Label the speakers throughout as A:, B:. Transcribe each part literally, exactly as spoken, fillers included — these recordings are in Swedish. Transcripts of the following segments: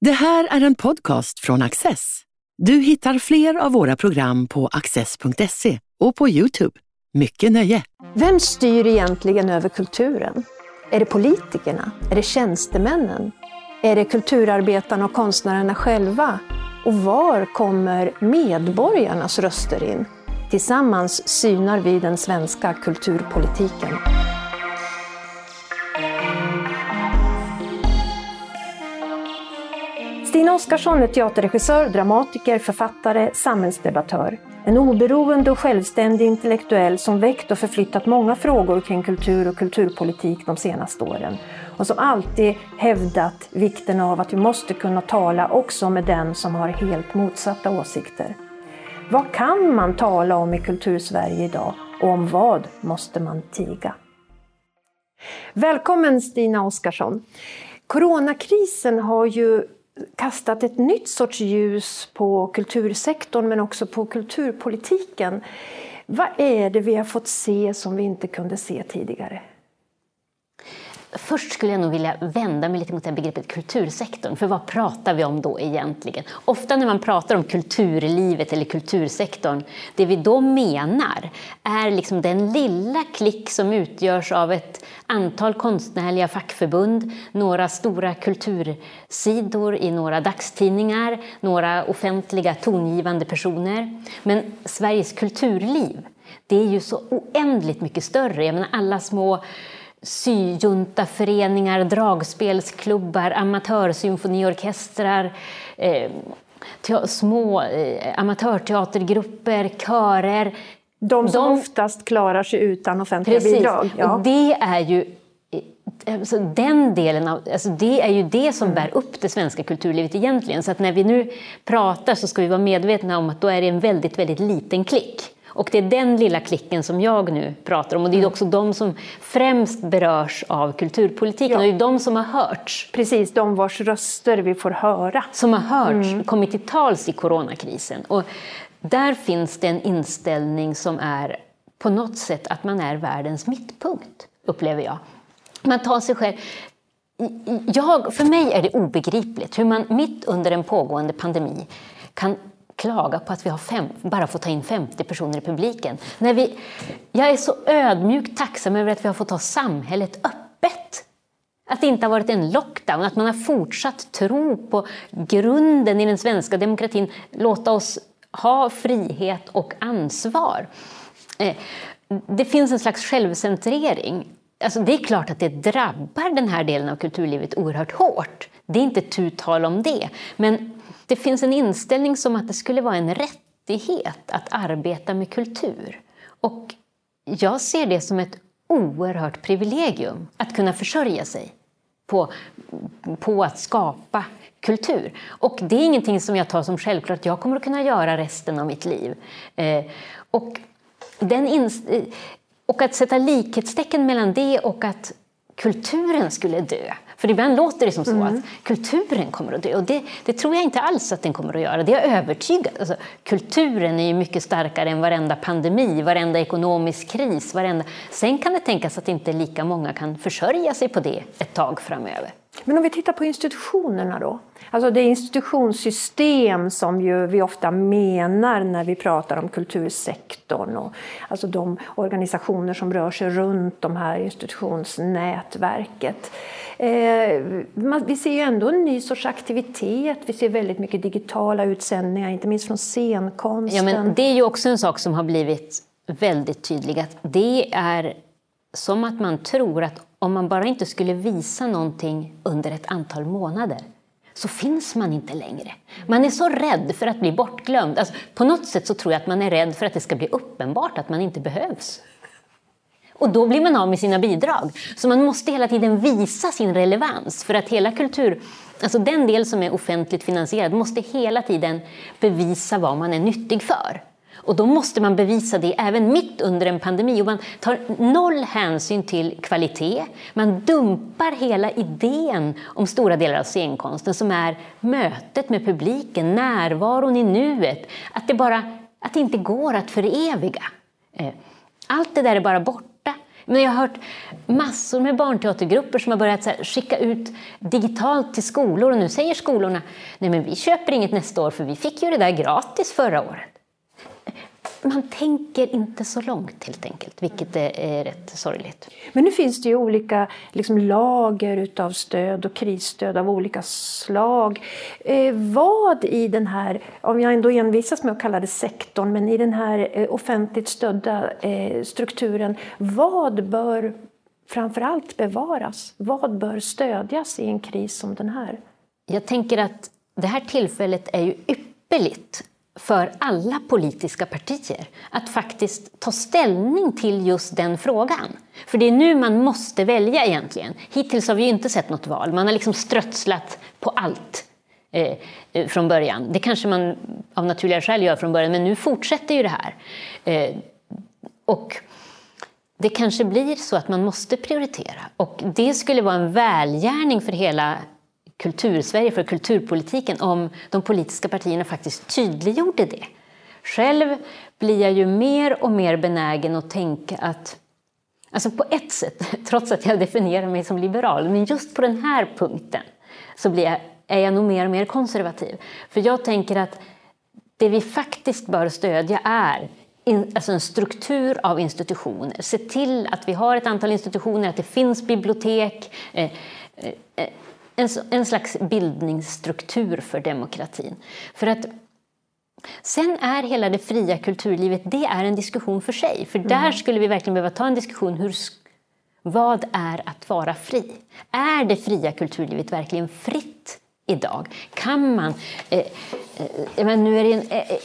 A: Det här är en podcast från Access. Du hittar fler av våra program på access punkt se och på YouTube. Mycket nöje!
B: Vem styr egentligen över kulturen? Är det politikerna? Är det tjänstemännen? Är det kulturarbetarna och konstnärerna själva? Och var kommer medborgarnas röster in? Tillsammans synar vi den svenska kulturpolitiken. Stina Oskarsson är teaterregissör, dramatiker, författare, samhällsdebattör. En oberoende och självständig intellektuell som väckt och förflyttat många frågor kring kultur och kulturpolitik de senaste åren. Och som alltid hävdat vikten av att vi måste kunna tala också med den som har helt motsatta åsikter. Vad kan man tala om i Kultursverige idag och om vad måste man tiga? Välkommen Stina Oskarsson. Coronakrisen har ju kastat ett nytt sorts ljus på kultursektorn men också på kulturpolitiken. Vad är det vi har fått se som vi inte kunde se tidigare?
C: Först skulle jag nog vilja vända mig lite mot det här begreppet kultursektorn. För vad pratar vi om då egentligen? Ofta när man pratar om kulturlivet eller kultursektorn, det vi då menar är liksom den lilla klick som utgörs av ett antal konstnärliga fackförbund, några stora kultursidor i några dagstidningar, några offentliga tongivande personer. Men Sveriges kulturliv, det är ju så oändligt mycket större. Jag menar alla små syjuntaföreningar, dragspelsklubbar, amatörsymfoniorkestrar, eh, te- små eh, amatörteatergrupper, körer.
B: De som De, oftast klarar sig utan offentliga
C: precis,
B: bidrag. Ja.
C: Och det är ju alltså den delen av, alltså det är ju det som bär upp det svenska kulturlivet egentligen. Så att när vi nu pratar så ska vi vara medvetna om att då är det en väldigt, väldigt liten klick. Och det är den lilla klicken som jag nu pratar om. Och det är också de som främst berörs av kulturpolitiken. Ja. Och det är de som har hörts.
B: Precis, de vars röster vi får höra.
C: Som har hörts, mm. kommit till tals i coronakrisen. Och där finns det en inställning som är på något sätt att man är världens mittpunkt, upplever jag. Man tar sig själv... Jag, för mig är det obegripligt hur man mitt under en pågående pandemi kan klaga på att vi har fem, bara får ta in femtio personer i publiken. När vi, jag är så ödmjukt tacksam över att vi har fått ha samhället öppet. Att det inte har varit en lockdown, att man har fortsatt tro på grunden i den svenska demokratin. Låta oss ha frihet och ansvar. Det finns en slags självcentrering. Alltså det är klart att det drabbar den här delen av kulturlivet oerhört hårt. Det är inte tu tal om det. Men det finns en inställning som att det skulle vara en rättighet att arbeta med kultur. Och jag ser det som ett oerhört privilegium att kunna försörja sig på, på att skapa kultur. Och det är ingenting som jag tar som självklart. Jag kommer att kunna göra resten av mitt liv. Eh, och, den inst- och att sätta likhetstecken mellan det och att kulturen skulle dö. För ibland låter det som så mm. att kulturen kommer att dö. Och det, det tror jag inte alls att den kommer att göra. Det är jag övertygad. Alltså, kulturen är ju mycket starkare än varenda pandemi, varenda ekonomisk kris. Varenda... Sen kan det tänkas att inte lika många kan försörja sig på det ett tag framöver.
B: Men om vi tittar på institutionerna då. Alltså det institutionssystem som ju vi ofta menar när vi pratar om kultursektorn. Och alltså de organisationer som rör sig runt de här institutionsnätverket. Eh, vi ser ju ändå en ny sorts aktivitet. Vi ser väldigt mycket digitala utsändningar, inte minst från scenkonsten.
C: Ja, men det är ju också en sak som har blivit väldigt tydlig. Att det är som att man tror att om man bara inte skulle visa någonting under ett antal månader så finns man inte längre. Man är så rädd för att bli bortglömd. Alltså, på något sätt så tror jag att man är rädd för att det ska bli uppenbart att man inte behövs. Och då blir man av med sina bidrag. Så man måste hela tiden visa sin relevans för att hela kultur, alltså den del som är offentligt finansierad, måste hela tiden bevisa vad man är nyttig för. Och då måste man bevisa det även mitt under en pandemi. Och man tar noll hänsyn till kvalitet. Man dumpar hela idén om stora delar av scenkonsten som är mötet med publiken, närvaron i nuet. Att det, bara, att det inte går att föreviga. Allt det där är bara borta. Men jag har hört massor med barnteatergrupper som har börjat så här, skicka ut digitalt till skolor. Och nu säger skolorna, nej men vi köper inget nästa år för vi fick ju det där gratis förra året. Man tänker inte så långt helt enkelt, vilket är rätt sorgligt.
B: Men nu finns det ju olika liksom, lager utav stöd och krisstöd av olika slag. Eh, vad i den här, om jag ändå envisas med att kalla det sektorn, men i den här eh, offentligt stödda eh, strukturen, vad bör framförallt bevaras? Vad bör stödjas i en kris som den här?
C: Jag tänker att det här tillfället är ju ypperligt för alla politiska partier att faktiskt ta ställning till just den frågan. För det är nu man måste välja egentligen. Hittills har vi ju inte sett något val. Man har liksom strötslat på allt eh, från början. Det kanske man av naturliga skäl gör från början, men nu fortsätter ju det här. Eh, och det kanske blir så att man måste prioritera. Och det skulle vara en välgärning för hela Kultursverige, för kulturpolitiken, om de politiska partierna faktiskt tydliggjorde det. Själv blir jag ju mer och mer benägen att tänka att, alltså på ett sätt, trots att jag definierar mig som liberal, men just på den här punkten så blir jag, är jag nog mer och mer konservativ. För jag tänker att det vi faktiskt bör stödja är in, alltså en struktur av institutioner. Se till att vi har ett antal institutioner, att det finns bibliotek, eh, eh, En, en slags bildningsstruktur för demokratin. För att sen är hela det fria kulturlivet, det är en diskussion för sig. För där skulle vi verkligen behöva ta en diskussion, hur, vad är att vara fri? Är det fria kulturlivet verkligen fritt idag? Kan man, eh, eh, men nu är det en... Eh,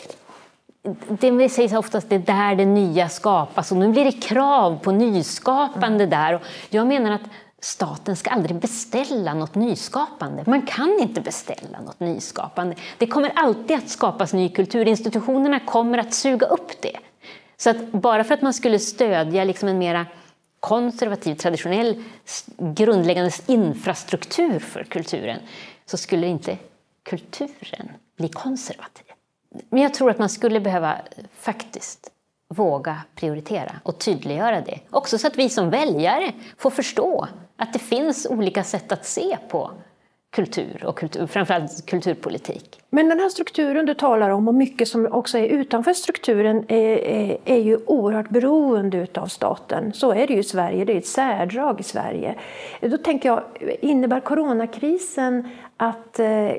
C: det sägs oftast det är där det nya skapas, och nu blir det krav på nyskapande där. Och jag menar att staten ska aldrig beställa något nyskapande. Man kan inte beställa något nyskapande. Det kommer alltid att skapas ny kultur. Institutionerna kommer att suga upp det. Så att bara för att man skulle stödja liksom en mera konservativ, traditionell, grundläggande infrastruktur för kulturen, så skulle inte kulturen bli konservativ. Men jag tror att man skulle behöva faktiskt våga prioritera och tydliggöra det. Också så att vi som väljare får förstå att det finns olika sätt att se på kultur och kultur, framförallt kulturpolitik.
B: Men den här strukturen du talar om, och mycket som också är utanför strukturen, är, är, är ju oerhört beroende av staten. Så är det ju i Sverige, det är ett särdrag i Sverige. Då tänker jag, innebär coronakrisen att eh,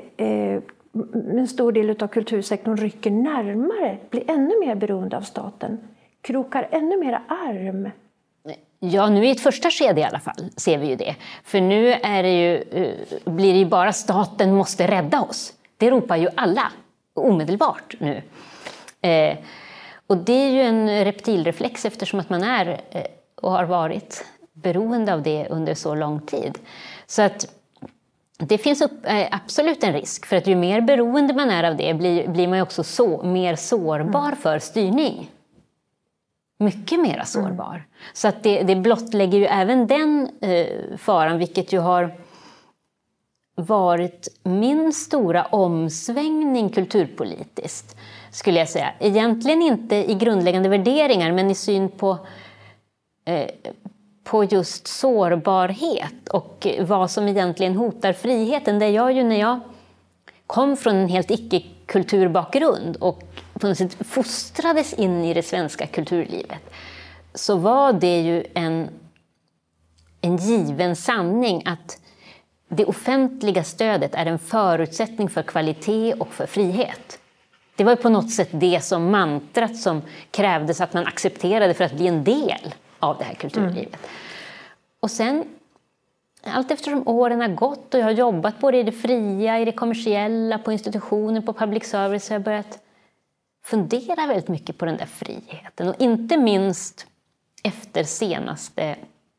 B: en stor del av kultursektorn rycker närmare, blir ännu mer beroende av staten, krokar ännu mer arm?
C: Ja, nu i ett första skede i alla fall ser vi ju det. För nu är det ju, blir det ju bara staten måste rädda oss. Det ropar ju alla omedelbart nu. Eh, och det är ju en reptilreflex eftersom att man är eh, och har varit beroende av det under så lång tid. Så att det finns upp, eh, absolut en risk, för att ju mer beroende man är av det blir, blir man ju också så, mer sårbar mm. för styrning. Mycket mer sårbar. Mm. Så att det, det blottlägger ju även den eh, faran, vilket ju har varit min stora omsvängning kulturpolitiskt, skulle jag säga. Egentligen inte i grundläggande värderingar, men i syn på, eh, på just sårbarhet och vad som egentligen hotar friheten. Det jag ju när jag kom från en helt icke-kulturbakgrund och på något sätt fostrades in i det svenska kulturlivet, så var det ju en, en given sanning att det offentliga stödet är en förutsättning för kvalitet och för frihet. Det var på något sätt det som mantrat som krävdes att man accepterade för att bli en del av det här kulturlivet. Mm. Och sen, allt eftersom åren har gått och jag har jobbat både i det fria, i det kommersiella, på institutioner, på public service, så har jag börjat fundera väldigt mycket på den där friheten. Och inte minst efter senaste,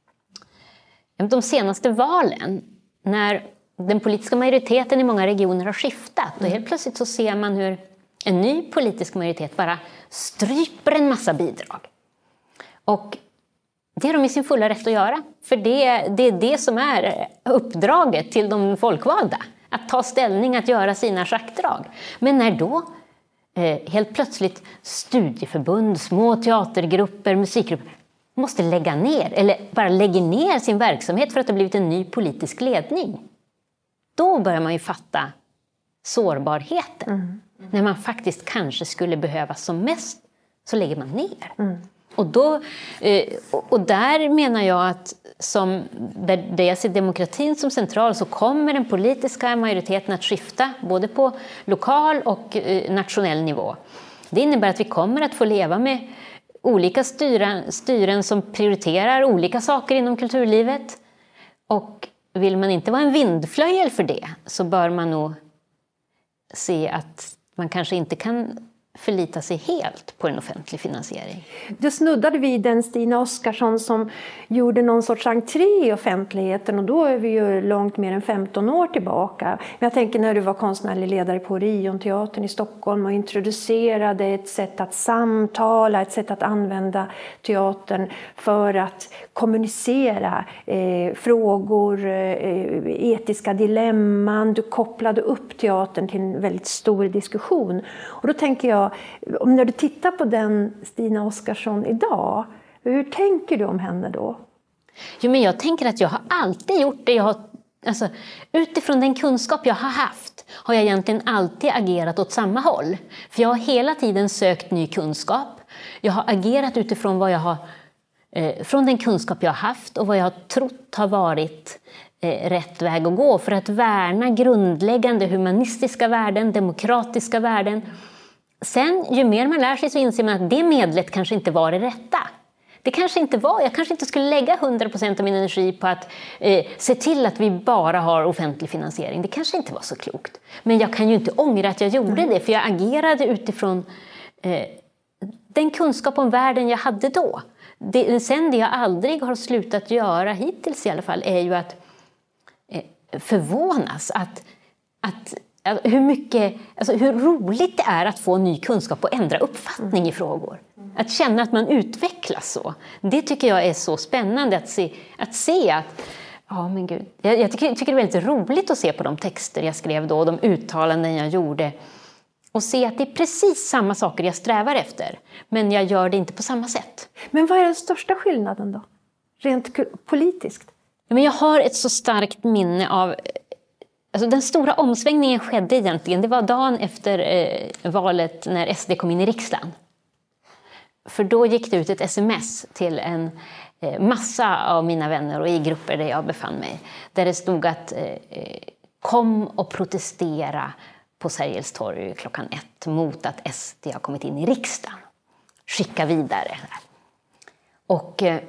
C: de senaste valen, när den politiska majoriteten i många regioner har skiftat. Och helt plötsligt så ser man hur en ny politisk majoritet bara stryper en massa bidrag. Och det är de i sin fulla rätt att göra. För det, det är det som är uppdraget till de folkvalda. Att ta ställning, att göra sina schackdrag. Men när då eh, helt plötsligt studieförbund, små teatergrupper, musikgrupper måste lägga ner eller bara lägger ner sin verksamhet för att det har blivit en ny politisk ledning. Då börjar man ju fatta sårbarheten. Mm. När man faktiskt kanske skulle behöva som mest, så lägger man ner. Mm. Och, då, och där menar jag att som, där jag ser demokratin som central, så kommer den politiska majoriteten att skifta både på lokal och nationell nivå. Det innebär att vi kommer att få leva med olika styren, styren som prioriterar olika saker inom kulturlivet. Och vill man inte vara en vindflöjel för det, så bör man nog se att man kanske inte kan förlita sig helt på en offentlig finansiering.
B: Du snuddade vid den Stina Oskarsson som gjorde någon sorts entré i offentligheten, och då är vi ju långt mer än femton år tillbaka. Men jag tänker när du var konstnärlig ledare på Orionteatern i Stockholm och introducerade ett sätt att samtala, ett sätt att använda teatern för att kommunicera eh, frågor, eh, etiska dilemman. Du kopplade upp teatern till en väldigt stor diskussion. Och då tänker jag, om när du tittar på den Stina Oskarsson idag, hur tänker du om henne då?
C: Jo, men jag tänker att jag har alltid gjort det. Jag har, alltså, utifrån den kunskap jag har haft har jag egentligen alltid agerat åt samma håll. För jag har hela tiden sökt ny kunskap. Jag har agerat utifrån vad jag har, eh, från den kunskap jag har haft och vad jag har trott har varit eh, rätt väg att gå för att värna grundläggande humanistiska värden, demokratiska värden. Sen, ju mer man lär sig, så inser man att det medlet kanske inte var det rätta. Det kanske inte var, jag kanske inte skulle lägga hundra procent av min energi på att eh, se till att vi bara har offentlig finansiering. Det kanske inte var så klokt. Men jag kan ju inte ångra att jag gjorde det, för jag agerade utifrån eh, den kunskap om världen jag hade då. Det, sen det jag aldrig har slutat göra hittills i alla fall är ju att eh, förvånas att, att hur, mycket, alltså hur roligt det är att få ny kunskap och ändra uppfattning i frågor. Att känna att man utvecklas så. Det tycker jag är så spännande att se att, se att ja, men gud, jag, jag tycker, tycker det är väldigt roligt att se på de texter jag skrev då och de uttalanden jag gjorde. Och se att det är precis samma saker jag strävar efter. Men jag gör det inte på samma sätt.
B: Men vad är den största skillnaden då? Rent politiskt?
C: Men jag har ett så starkt minne av... Alltså den stora omsvängningen skedde egentligen. Det var dagen efter eh, valet när S D kom in i riksdagen. För då gick det ut ett sms till en eh, massa av mina vänner och i grupper där jag befann mig. Där det stod att eh, kom och protestera på Sergels torg klockan ett mot att S D har kommit in i riksdagen. Skicka vidare. Och eh,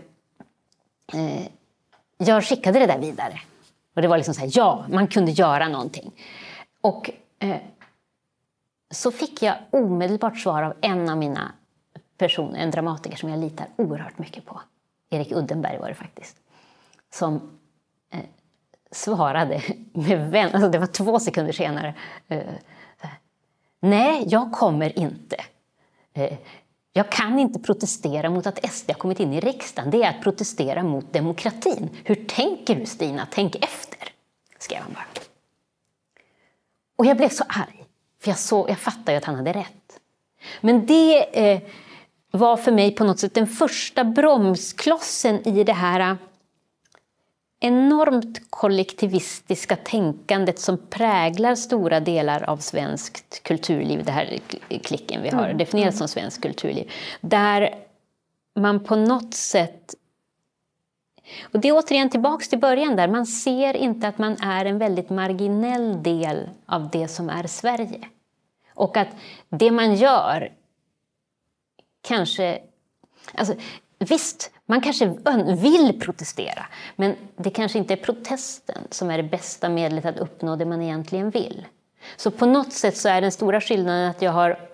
C: jag skickade det där vidare. Och det var liksom så här, ja, man kunde göra någonting. Och eh, så fick jag omedelbart svar av en av mina personer, en dramatiker som jag litar oerhört mycket på. Erik Uddenberg var det faktiskt. Som eh, svarade med vän, alltså det var två sekunder senare. Eh, Nej, jag kommer inte. Eh, jag kan inte protestera mot att S D har kommit in i riksdagen. Det är att protestera mot demokratin. Hur tänker du, Stina? Tänk efter, skrev han bara. Och jag blev så arg. För jag, så, jag fattade ju att han hade rätt. Men det eh, var för mig på något sätt den första bromsklossen i det här enormt kollektivistiska tänkandet som präglar stora delar av svenskt kulturliv. Det här klicken vi har mm. definierat som svenskt kulturliv. Där man på något sätt... Och det är återigen tillbaka till början där. Man ser inte att man är en väldigt marginell del av det som är Sverige. Och att det man gör kanske... Alltså, visst, man kanske vill protestera, men det kanske inte är protesten som är det bästa medlet att uppnå det man egentligen vill. Så på något sätt så är den stora skillnaden att jag har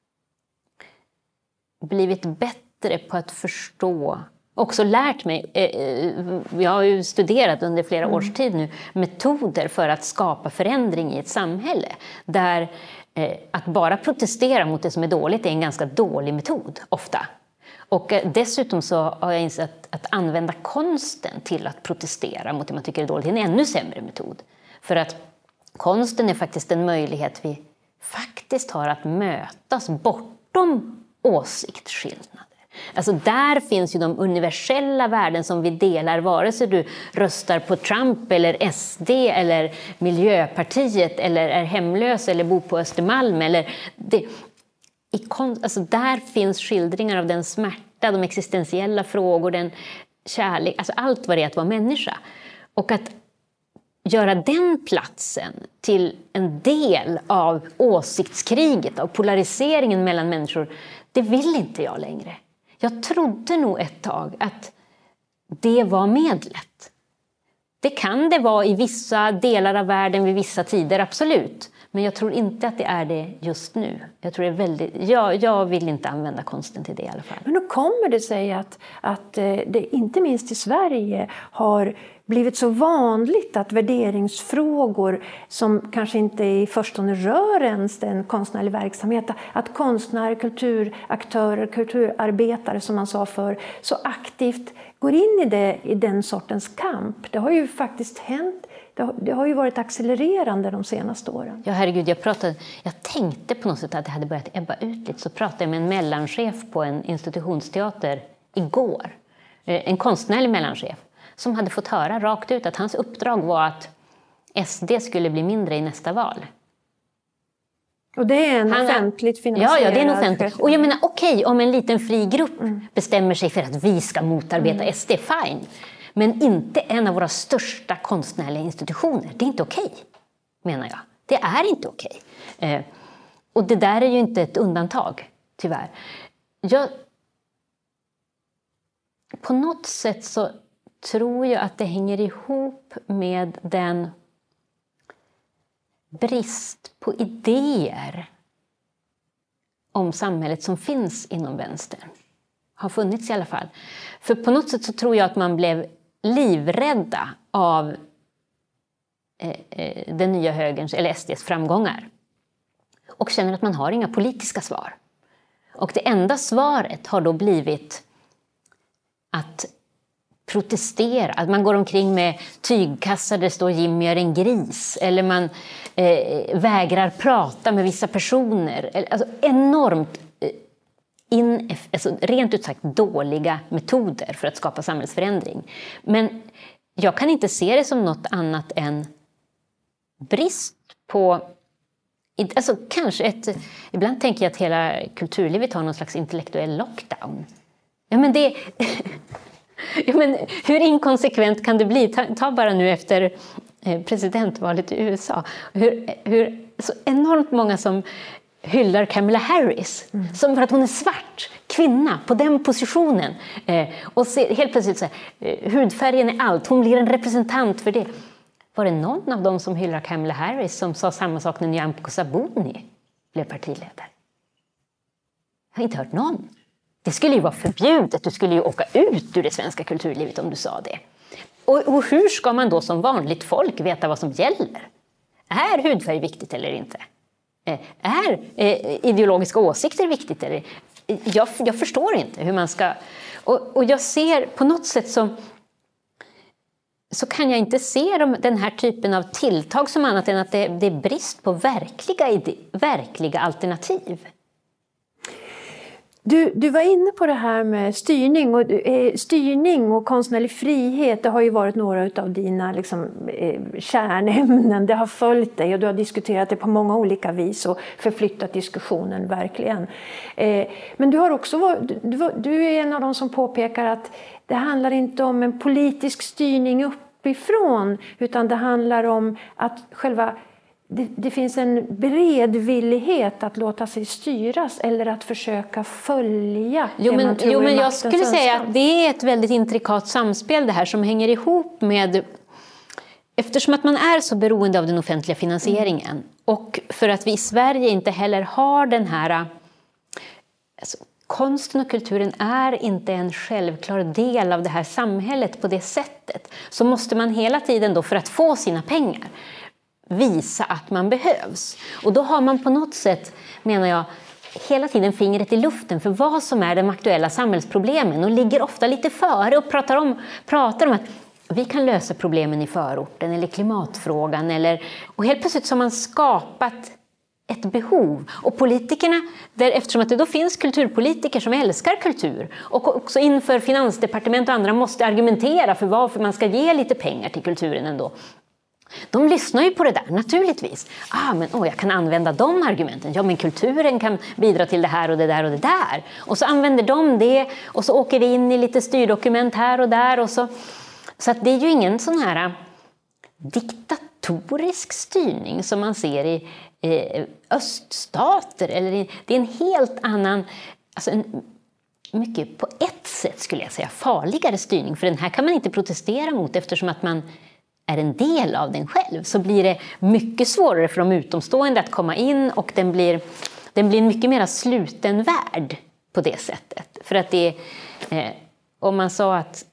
C: blivit bättre på att förstå, också lärt mig, jag har ju studerat under flera års tid nu, metoder för att skapa förändring i ett samhälle. Där att bara protestera mot det som är dåligt är en ganska dålig metod, ofta. Och dessutom så har jag insett att använda konsten till att protestera mot det man tycker är dåligt är en ännu sämre metod. För att konsten är faktiskt en möjlighet vi faktiskt har att mötas bortom åsiktsskillnader. Alltså där finns ju de universella värden som vi delar, vare sig du röstar på Trump eller S D eller Miljöpartiet eller är hemlös eller bor på Östermalm. Eller det, i kon, alltså där finns skildringar av den smärta, de existentiella frågor, den kärlek, alltså allt vad det är att vara människa. Och att göra den platsen till en del av åsiktskriget, av polariseringen mellan människor, det vill inte jag längre. Jag trodde nog ett tag att det var medlet. Det kan det vara i vissa delar av världen vid vissa tider, absolut. Men jag tror inte att det är det just nu. Jag, tror det är väldigt, jag, jag vill inte använda konsten till det i alla fall.
B: Men då kommer det sig att, att det inte minst i Sverige har blivit så vanligt att värderingsfrågor som kanske inte i förstone rör ens den konstnärliga verksamheten, att konstnärer, kulturaktörer, kulturarbetare som man sa för så aktivt går in i, det, i den sortens kamp. Det har ju faktiskt hänt. Det har, det har ju varit accelererande de senaste åren.
C: Ja, herregud, jag, pratade, jag tänkte på något sätt att det hade börjat ebba ut lite. Så pratade jag med en mellanchef på en institutionsteater igår. En konstnärlig mellanchef som hade fått höra rakt ut att hans uppdrag var att S D skulle bli mindre i nästa val.
B: Och det är en
C: Han,
B: offentligt finansierad...
C: Ja, ja, det är en offentligt. Och jag menar, okej, okay, om en liten fri grupp mm. bestämmer sig för att vi ska motarbeta mm. S D, fine. Men inte en av våra största konstnärliga institutioner. Det är inte okej, okay, menar jag. Det är inte okej. Okay. Eh, och det där är ju inte ett undantag, tyvärr. Jag, på något sätt så tror jag att det hänger ihop med den brist på idéer om samhället som finns inom vänstern. Har funnits i alla fall. För på något sätt så tror jag att man blev livrädda av eh, den nya högerns eller S D:s framgångar. Och känner att man har inga politiska svar. Och det enda svaret har då blivit att protestera. Att man går omkring med tygkassar där det står Jimmy är en gris. Eller man eh, vägrar prata med vissa personer. Alltså enormt eh, in, alltså, rent ut sagt dåliga metoder för att skapa samhällsförändring. Men jag kan inte se det som något annat än brist på... Alltså kanske ett... Ibland tänker jag att hela kulturlivet har någon slags intellektuell lockdown. Ja, men det... Ja, men hur inkonsekvent kan det bli? Ta, ta bara nu efter presidentvalet i U S A. Hur, hur så enormt många som hyllar Kamala Harris. Mm. Som för att hon är svart, kvinna, på den positionen. Eh, och se, helt plötsligt så här, eh, hudfärgen är allt. Hon blir en representant för det. Var det någon av dem som hyllar Kamala Harris som sa samma sak när Nyamko Sabuni blev partiledare? Jag har inte hört någon. Det skulle ju vara förbjudet. Du skulle ju åka ut ur det svenska kulturlivet om du sa det. Och, och hur ska man då som vanligt folk veta vad som gäller? Är hudfärg viktigt eller inte? Eh, är eh, ideologiska åsikter viktigt eller inte? Jag, jag förstår inte hur man ska... Och, och jag ser på något sätt som... Så kan jag inte se de, den här typen av tilltag som annat än att det, det är brist på verkliga, ide, verkliga alternativ.
B: Du, du var inne på det här med styrning och, eh, styrning och konstnärlig frihet. Det har ju varit några av dina liksom, eh, kärnämnen. Det har följt dig och du har diskuterat det på många olika vis och förflyttat diskussionen verkligen. Eh, men du, har också varit, du, du är en av dem som påpekar att det handlar inte om en politisk styrning uppifrån utan det handlar om att själva... Det, det finns en beredvillighet att låta sig styras eller att försöka följa
C: jo,
B: det
C: men,
B: man tror
C: jo, men
B: är
C: jag
B: maktens
C: skulle säga
B: önskan.
C: att det är ett väldigt intrikat samspel det här som hänger ihop med... Eftersom att man är så beroende av den offentliga finansieringen mm. och för att vi i Sverige inte heller har den här... Alltså, konsten och kulturen är inte en självklar del av det här samhället på det sättet. Så måste man hela tiden då för att få sina pengar visa att man behövs. Och då har man på något sätt, menar jag, hela tiden fingret i luften för vad som är de aktuella samhällsproblemen och ligger ofta lite före och pratar om, pratar om att vi kan lösa problemen i förorten eller klimatfrågan. Eller, och helt plötsligt så har man skapat ett behov. Och politikerna, där, eftersom att det då finns kulturpolitiker som älskar kultur och också inför finansdepartement och andra måste argumentera för varför man ska ge lite pengar till kulturen ändå. De lyssnar ju på det där, naturligtvis. Ah, men oh, jag kan använda de argumenten. Ja, men kulturen kan bidra till det här och det där och det där. Och så använder de det och så åker det in i lite styrdokument här och där. Och så så att det är ju ingen sån här diktatorisk styrning som man ser i eh, öststater. Eller i, det är en helt annan, alltså en mycket på ett sätt skulle jag säga farligare styrning. För den här kan man inte protestera mot eftersom att man är en del av den själv, så blir det mycket svårare för de utomstående att komma in och den blir, den blir en mycket mer sluten värld på det sättet. För att det eh, om man sa att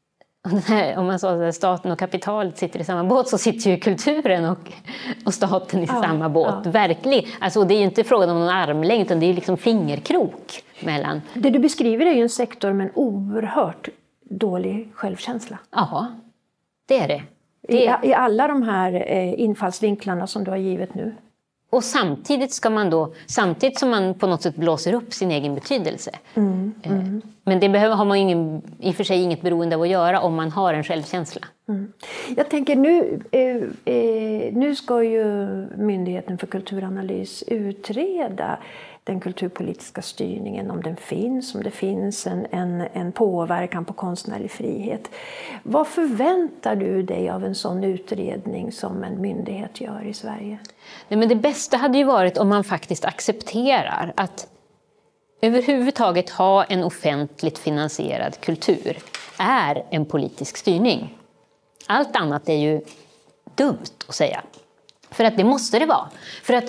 C: om man sa att staten och kapitalet sitter i samma båt, så sitter ju kulturen och, och staten i ja, samma båt. Ja. Verkligen. Alltså, det är ju inte frågan om någon armlängd, utan det är liksom fingerkrok mellan.
B: Det du beskriver är ju en sektor med en oerhört dålig självkänsla.
C: Ja, det är det. det...
B: I, I alla de här eh, infallsvinklarna som du har givet nu.
C: Och samtidigt ska man då, samtidigt som man på något sätt blåser upp sin egen betydelse. Mm, mm. Men det behöver, har man ingen, i och för sig inget beroende av att göra om man har en självkänsla. Mm.
B: Jag tänker nu, eh, eh, nu ska ju Myndigheten för kulturanalys utreda den kulturpolitiska styrningen, om den finns, om det finns en, en, en påverkan på konstnärlig frihet. Vad förväntar du dig av en sån utredning som en myndighet gör i Sverige?
C: Nej, men det bästa hade ju varit om man faktiskt accepterar att överhuvudtaget ha en offentligt finansierad kultur är en politisk styrning. Allt annat är ju dumt att säga. För att det måste det vara. För att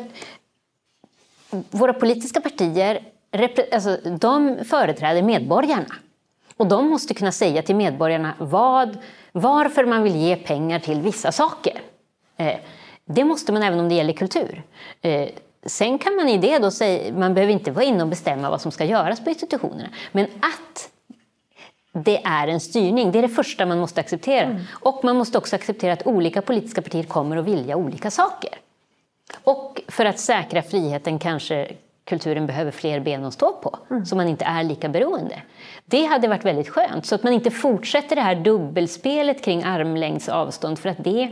C: våra politiska partier, alltså, de företräder medborgarna. Och de måste kunna säga till medborgarna vad, varför man vill ge pengar till vissa saker. Eh, det måste man även om det gäller kultur. Eh, sen kan man i det då säga, man behöver inte vara inne och bestämma vad som ska göras på institutionerna. Men att det är en styrning, det är det första man måste acceptera. Mm. Och man måste också acceptera att olika politiska partier kommer att vilja olika saker. Och för att säkra friheten kanske kulturen behöver fler ben att stå på. Mm. Så man inte är lika beroende. Det hade varit väldigt skönt. Så att man inte fortsätter det här dubbelspelet kring armlängds avstånd. För att det...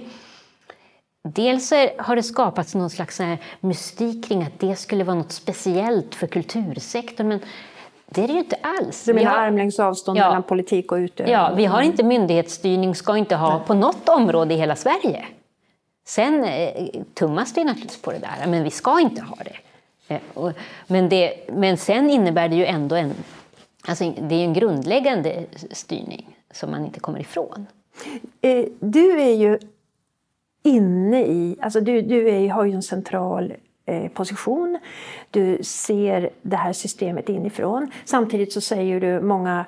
C: Dels har det skapats någon slags mystik kring att det skulle vara något speciellt för kultursektorn. Men det är det ju inte alls.
B: Du menar har... armlängds avstånd ja. mellan politik och utövning?
C: Ja, vi har inte myndighetsstyrning, ska inte ha på något område i hela Sverige. Sen eh, tummas det naturligtvis på det där, men vi ska inte ha det. Eh, och, men det. Men sen innebär det ju ändå en, alltså det är en grundläggande styrning som man inte kommer ifrån.
B: Eh, du är ju inne i, alltså du, du är, har ju en central eh, position. Du ser det här systemet inifrån. Samtidigt så säger du många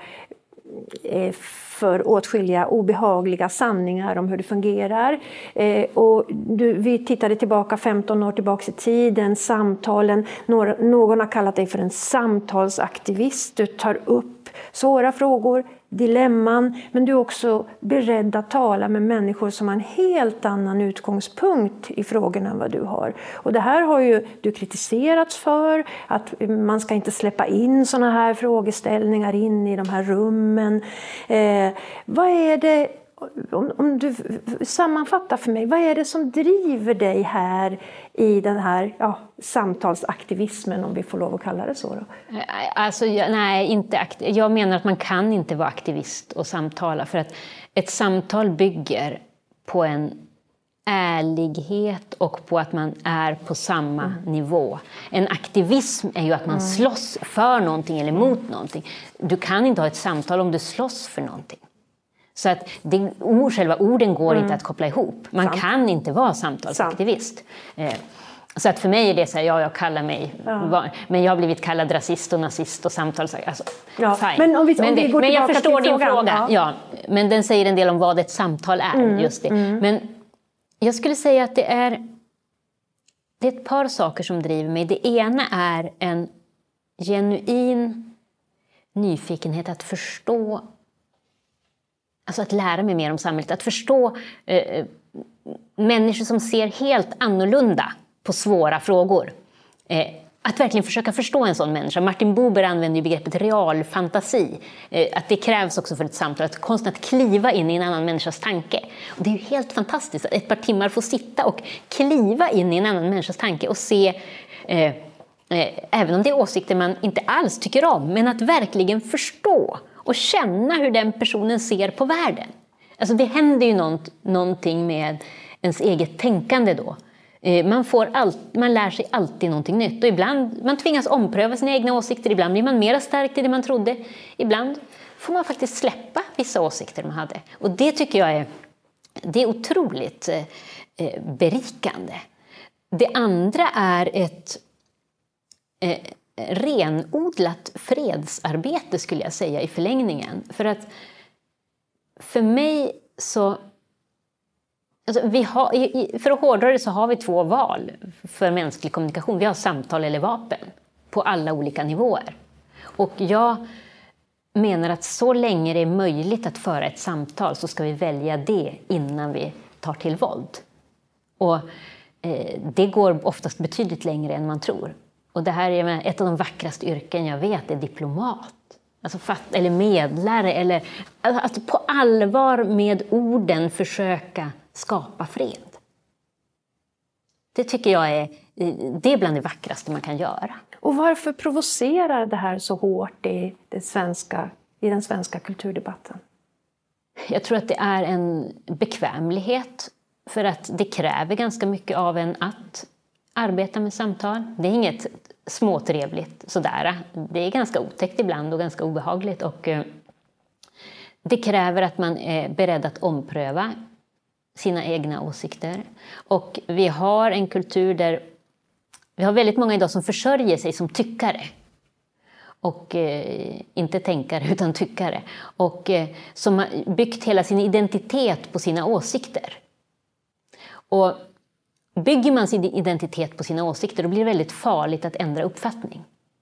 B: eh, för åtskilliga obehagliga sanningar om hur det fungerar. Eh, och du, vi tittade tillbaka femton år tillbaka i tiden, samtalen. Några, någon har kallat dig för en samtalsaktivist. Du tar upp svåra frågor, dilemman, men du är också beredd att tala med människor som har en helt annan utgångspunkt i frågorna än vad du har. Och det här har ju du kritiserats för, att man ska inte släppa in såna här frågeställningar in i de här rummen. Eh, vad är det, om, om du sammanfattar för mig, vad är det som driver dig här i den här ja, samtalsaktivismen, om vi får lov att kalla det så då?
C: Alltså, jag, nej, inte aktiv. Jag menar att man kan inte vara aktivist och samtala, för att ett samtal bygger på en ärlighet och på att man är på samma mm. nivå. En aktivism är ju att man mm. slåss för någonting eller mot någonting. Du kan inte ha ett samtal om du slåss för någonting. Så att det, själva orden går mm. inte att koppla ihop. Man Sant. kan inte vara samtalsaktivist. Eh, så att för mig är det så här, ja, jag kallar mig, ja. men jag har blivit kallad rasist och nazist och samtalsaktivist. Alltså,
B: ja. Men, om vi, om
C: men,
B: vi går
C: men jag förstår din
B: frågan,
C: fråga. Ja. Ja, men den säger en del om vad ett samtal är. Mm. Just det. Mm. Men jag skulle säga att det är, det är ett par saker som driver mig. Det ena är en genuin nyfikenhet att förstå, alltså att lära mig mer om samhället, att förstå eh, människor som ser helt annorlunda på svåra frågor. Eh, att verkligen försöka förstå en sån människa. Martin Buber använder ju begreppet realfantasi. Eh, att det krävs också för ett samtal, att konsten att kliva in i en annan människas tanke. Och det är ju helt fantastiskt att ett par timmar få sitta och kliva in i en annan människas tanke och se, eh, eh, även om det är åsikter man inte alls tycker om, men att verkligen förstå och känna hur den personen ser på världen. Alltså det händer ju något, någonting med ens eget tänkande då. Man, får all, man lär sig alltid någonting nytt. Och ibland man tvingas ompröva sina egna åsikter. Ibland blir man mer stärkt i det man trodde. Ibland får man faktiskt släppa vissa åsikter man hade. Och det tycker jag är, det är otroligt eh, berikande. Det andra är ett eh, renodlat fredsarbete, skulle jag säga, i förlängningen. För att för mig så... Alltså, vi har, för att hårdra det så har vi två val för mänsklig kommunikation. Vi har samtal eller vapen på alla olika nivåer. Och jag menar att så länge det är möjligt att föra ett samtal så ska vi välja det innan vi tar till våld. Och eh, det går oftast betydligt längre än man tror. Och det här är ett av de vackraste yrken jag vet, är diplomat. Alltså fatt, eller medlare, eller att på allvar med orden försöka skapa fred. Det tycker jag är, det är bland det vackraste man kan göra.
B: Och varför provocerar det här så hårt i, det svenska, i den svenska kulturdebatten?
C: Jag tror att det är en bekvämlighet, för att det kräver ganska mycket av en att arbeta med samtal. Det är inget småtrevligt sådär. Det är ganska otäckt ibland och ganska obehagligt. Och det kräver att man är beredd att ompröva sina egna åsikter. Och vi har en kultur där vi har väldigt många idag som försörjer sig som tyckare. Och eh, inte tänkare utan tyckare. Och eh, som har byggt hela sin identitet på sina åsikter. Och bygger man sin identitet på sina åsikter, då blir det väldigt farligt att ändra uppfattning.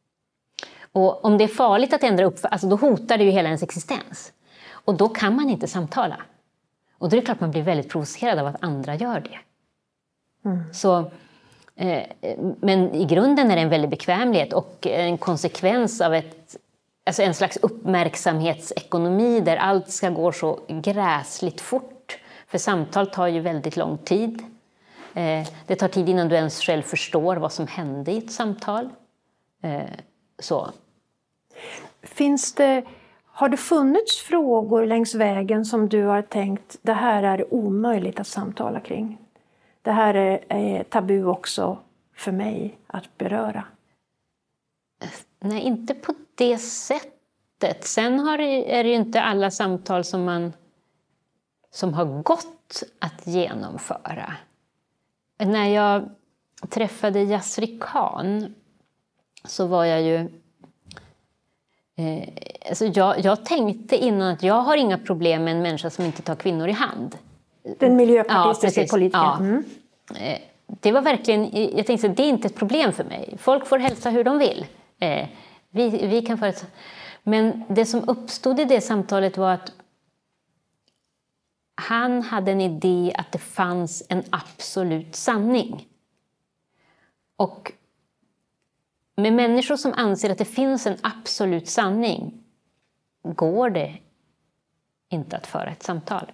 C: Och om det är farligt att ändra uppfattning, alltså då hotar det ju hela ens existens. Och då kan man inte samtala. Och då är det klart man blir väldigt provocerad av att andra gör det. Mm. Så, eh, men i grunden är det en väldig bekvämlighet och en konsekvens av ett, alltså en slags uppmärksamhetsekonomi där allt ska gå så gräsligt fort. För samtal tar ju väldigt lång tid. Eh, det tar tid innan du ens själv förstår vad som hände i ett samtal. Eh, så. Finns det...
B: Har det funnits frågor längs vägen som du har tänkt, det här är omöjligt att samtala kring? Det här är, är tabu också för mig att beröra.
C: Nej, inte på det sättet. Sen har det, är det ju inte alla samtal som, man, som har gått att genomföra. När jag träffade Yasri Khan så var jag ju... Eh, alltså jag, jag tänkte innan att jag har inga problem med en människa som inte tar kvinnor i hand.
B: Den miljöpartistiska ja, politikern. Ja. Mm.
C: Eh, det var verkligen, jag tänkte att det är inte ett problem för mig. Folk får hälsa hur de vill. Eh, vi, vi kan få ett... Men det som uppstod i det samtalet var att han hade en idé att det fanns en absolut sanning. Och med människor som anser att det finns en absolut sanning går det inte att föra ett samtal.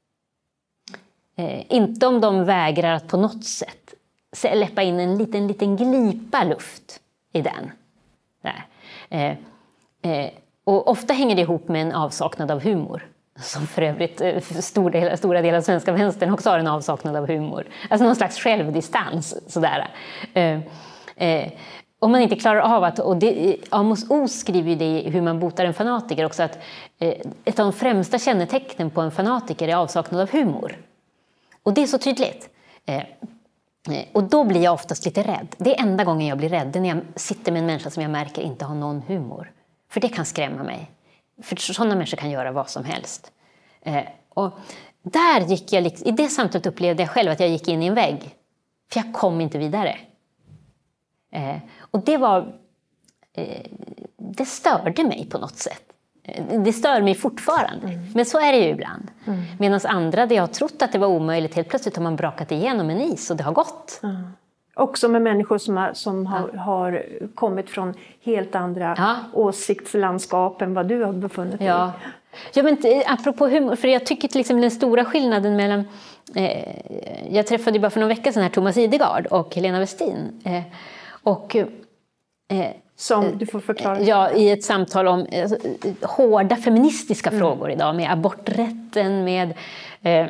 C: Eh, inte om de vägrar att på något sätt släppa in en liten, liten glipa luft i den. Där. Eh, eh, och ofta hänger det ihop med en avsaknad av humor. Som för övrigt eh, stor del, stora delar av svenska vänstern också har en avsaknad av humor. Alltså någon slags självdistans. Sådär. Eh, eh, Om man inte klarar av att, och det, Amos Oz skriver ju det i Hur man botar en fanatiker också, att eh, ett av de främsta kännetecknen på en fanatiker är avsaknad av humor. Och det är så tydligt. Eh, eh, och då blir jag oftast lite rädd. Det är enda gången jag blir rädd, när jag sitter med en människa som jag märker inte har någon humor. För det kan skrämma mig. För sådana människor kan göra vad som helst. Eh, och där gick jag, i det samtalet upplevde jag själv att jag gick in i en vägg. För jag kom inte vidare. Eh, och det var eh, det störde mig på något sätt. Eh, det stör mig fortfarande. Mm. Men så är det ju ibland. Mm. Medan andra, det jag har trott att det var omöjligt, helt plötsligt har man brakat igenom en is och det har gått. Mm.
B: Också med människor som, har, som ja. har, har kommit från helt andra ja. åsiktslandskap än vad du har befunnit dig
C: ja. i. Ja, men apropå humor, för jag tycker till exempel den stora skillnaden mellan... Eh, jag träffade ju bara för någon vecka sedan här Thomas Idegard och Helena Westin. Eh, och... Eh,
B: Som du får förklara.
C: Ja, i ett samtal om alltså, hårda feministiska mm. frågor idag. Med aborträtten, med... Eh,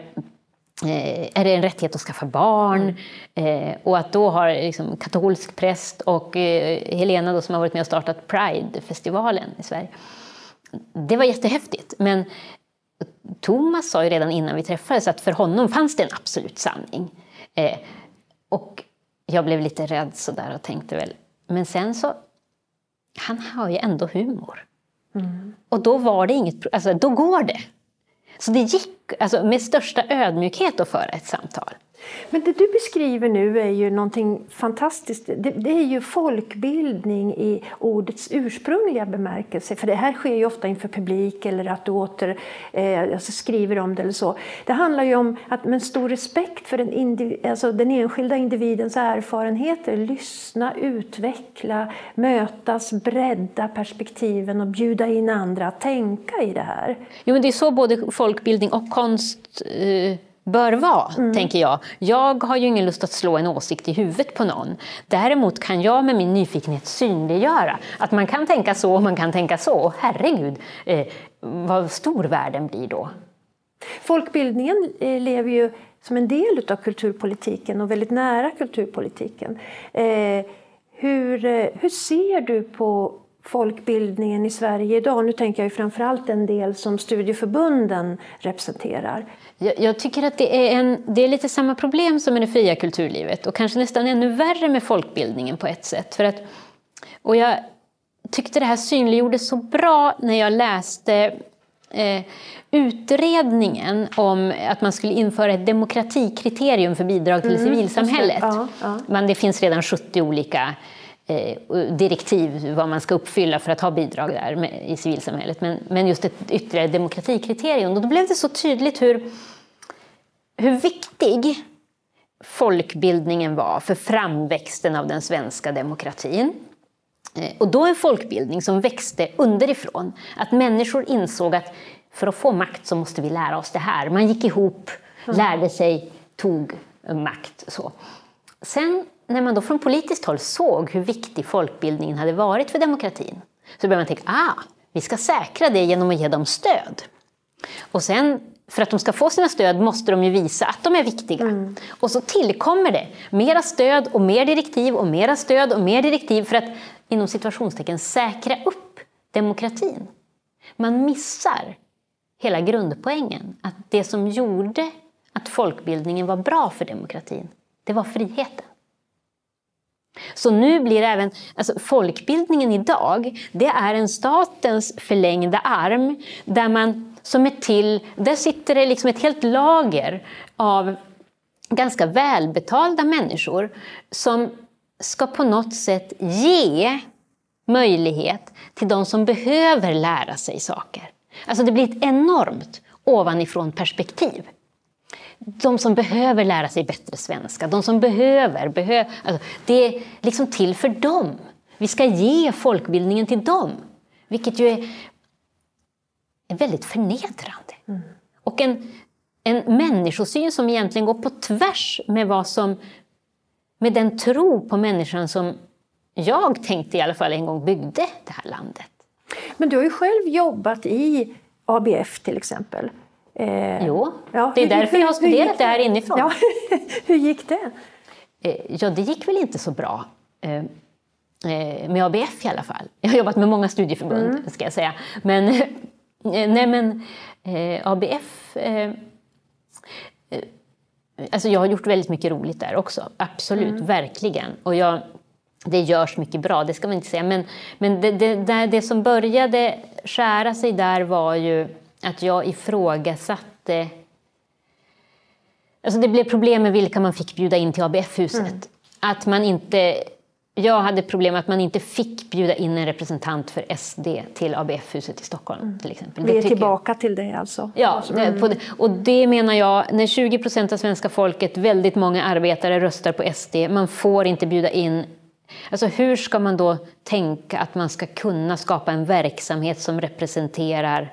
C: är det en rättighet att skaffa barn? Mm. Eh, och att då har liksom, katolsk präst och eh, Helena då, som har varit med och startat Pride-festivalen i Sverige. Det var jättehäftigt. Men Thomas sa ju redan innan vi träffades att för honom fanns det en absolut sanning. Eh, och jag blev lite rädd så där och tänkte väl... Men sen så... Han har ju ändå humor. Mm. Och då var det inget... Alltså, då går det. Så det gick alltså, med största ödmjukhet att föra ett samtal.
B: Men det du beskriver nu är ju någonting fantastiskt. Det, det är ju folkbildning i ordets ursprungliga bemärkelse. För det här sker ju ofta inför publik eller att du åter eh, alltså skriver om det eller så. Det handlar ju om att med stor respekt för den, indiv- alltså den enskilda individens erfarenheter. Lyssna, utveckla, mötas, bredda perspektiven och bjuda in andra att tänka i det här.
C: Jo, men det är så både folkbildning och konst... Eh... bör vara, mm. tänker jag. Jag har ju ingen lust att slå en åsikt i huvudet på någon. Däremot kan jag med min nyfikenhet synliggöra att man kan tänka så och man kan tänka så. Herregud, eh, vad stor världen blir då.
B: Folkbildningen eh, lever ju som en del av kulturpolitiken och väldigt nära kulturpolitiken. Eh, hur, eh, hur ser du på folkbildningen i Sverige idag? Nu tänker jag ju framförallt en del som studieförbunden representerar.
C: Jag, jag tycker att det är, en, det är lite samma problem som med det fria kulturlivet och kanske nästan ännu värre med folkbildningen på ett sätt. För att, och jag tyckte det här synliggjordes så bra när jag läste eh, utredningen om att man skulle införa ett demokratikriterium för bidrag till mm, civilsamhället. Ja, ja. Men det finns redan sjuttio olika direktiv vad man ska uppfylla för att ha bidrag där med, i civilsamhället. Men, men just ett ytterligare demokratikriterium. Och då blev det så tydligt hur, hur viktig folkbildningen var för framväxten av den svenska demokratin. Och då en folkbildning som växte underifrån. Att människor insåg att för att få makt så måste vi lära oss det här. Man gick ihop, lärde sig, tog makt. Så. Sen när man då från politiskt håll såg hur viktig folkbildningen hade varit för demokratin så började man tänka, ah, vi ska säkra det genom att ge dem stöd. Och sen, för att de ska få sina stöd måste de ju visa att de är viktiga. Mm. Och så tillkommer det mera stöd och mer direktiv och mera stöd och mer direktiv för att inom situationstecken säkra upp demokratin. Man missar hela grundpoängen, att det som gjorde att folkbildningen var bra för demokratin, det var friheten. Så nu blir även, alltså folkbildningen idag, det är en statens förlängda arm där man som är till, där sitter det liksom ett helt lager av ganska välbetalda människor som ska på något sätt ge möjlighet till de som behöver lära sig saker. Alltså det blir ett enormt ovanifrån perspektiv. De som behöver lära sig bättre svenska, de som behöver, behö, alltså, det är liksom till för dem. Vi ska ge folkbildningen till dem, vilket ju är, är väldigt förnedrande. Mm. Och en, en människosyn som egentligen går på tvärs med vad som, med den tro på människan som jag tänkte i alla fall en gång byggde det här landet.
B: Men du har ju själv jobbat i A B F till exempel.
C: Eh, jo, ja, det är hur, därför hur, jag har studerat det här inifrån.
B: Ja, hur gick det?
C: Eh, ja, det gick väl inte så bra. Eh, med A B F i alla fall. Jag har jobbat med många studieförbund, mm. ska jag säga. Men, eh, nej, men eh, A B F... Eh, eh, alltså jag har gjort väldigt mycket roligt där också. Absolut, mm. verkligen. Och jag... Det görs mycket bra, det ska man inte säga. Men, men det, det, det, det som började skära sig där var ju att jag ifrågasatte... Alltså det blev problem med vilka man fick bjuda in till A B F-huset. Mm. Att man inte jag hade problem att man inte fick bjuda in en representant för S D till A B F-huset i Stockholm mm. till exempel.
B: Vi är
C: det
B: tillbaka
C: jag.
B: till det alltså.
C: Ja, mm. det, på det, och det menar jag, när tjugo procent av svenska folket, väldigt många arbetare röstar på S D, man får inte bjuda in. Alltså hur ska man då tänka att man ska kunna skapa en verksamhet som representerar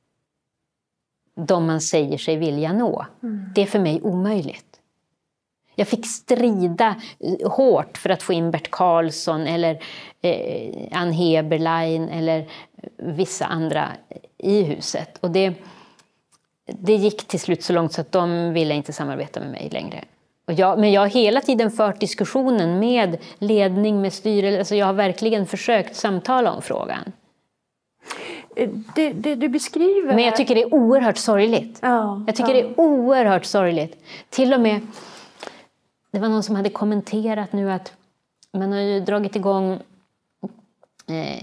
C: de man säger sig vilja nå? Mm. Det är för mig omöjligt. Jag fick strida hårt för att få in Bert Karlsson eller eh, Ann Heberlein eller vissa andra i huset. Och det, det gick till slut så långt så att de ville inte samarbeta med mig längre. Och jag, men jag har hela tiden fört diskussionen med ledning, med styrelse. Alltså jag har verkligen försökt samtala om frågan.
B: Det, det du beskriver...
C: Men jag tycker det är oerhört sorgligt. Ja, jag tycker ja. det är oerhört sorgligt. Till och med... Det var någon som hade kommenterat nu att man har ju dragit igång eh,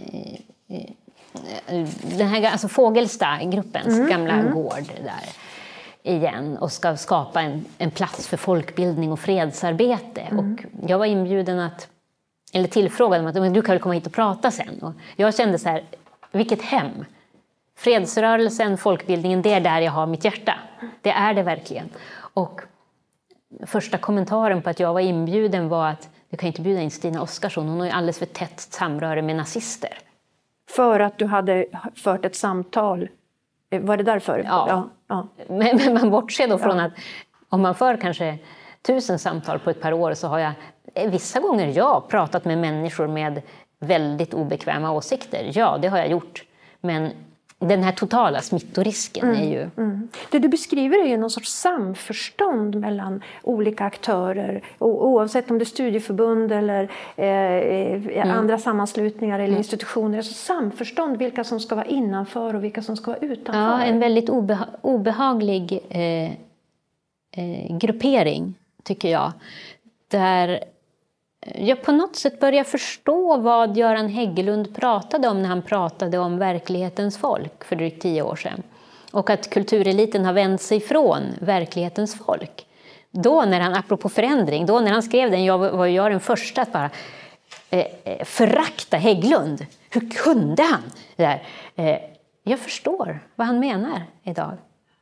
C: eh, den här alltså Fågelsta-gruppens mm, gamla mm. gård där igen och ska skapa en, en plats för folkbildning och fredsarbete. Mm. Och jag var inbjuden att, eller tillfrågad om att men du kan väl komma hit och prata sen. Och jag kände så här, vilket hem. Fredsrörelsen, folkbildningen, det är där jag har mitt hjärta. Det är det verkligen. Och första kommentaren på att jag var inbjuden var att du kan inte bjuda in Stina Oskarsson, hon har ju alldeles för tätt samröre med nazister.
B: För att du hade fört ett samtal, var det därför?
C: Ja, ja, ja. Men, men man bortser då från ja. att om man för kanske tusen samtal på ett par år så har jag vissa gånger jag pratat med människor med väldigt obekväma åsikter. Ja, det har jag gjort. Men den här totala smittorisken mm, är ju... Mm.
B: Det du beskriver är ju någon sorts samförstånd mellan olika aktörer. Oavsett om det är studieförbund eller eh, mm. andra sammanslutningar eller mm. institutioner. Alltså samförstånd, vilka som ska vara innanför och vilka som ska vara utanför.
C: Ja, en väldigt obeha- obehaglig eh, eh, gruppering tycker jag. Där... jag på något sätt börjar förstå vad Göran Hägglund pratade om när han pratade om verklighetens folk för drygt tio år sedan. Och att kultureliten har vänt sig från verklighetens folk. Då när han, apropå förändring, då när han skrev den, jag var jag den första att bara eh, förakta Hägglund. Hur kunde han? Det där. Eh, jag förstår vad han menar idag.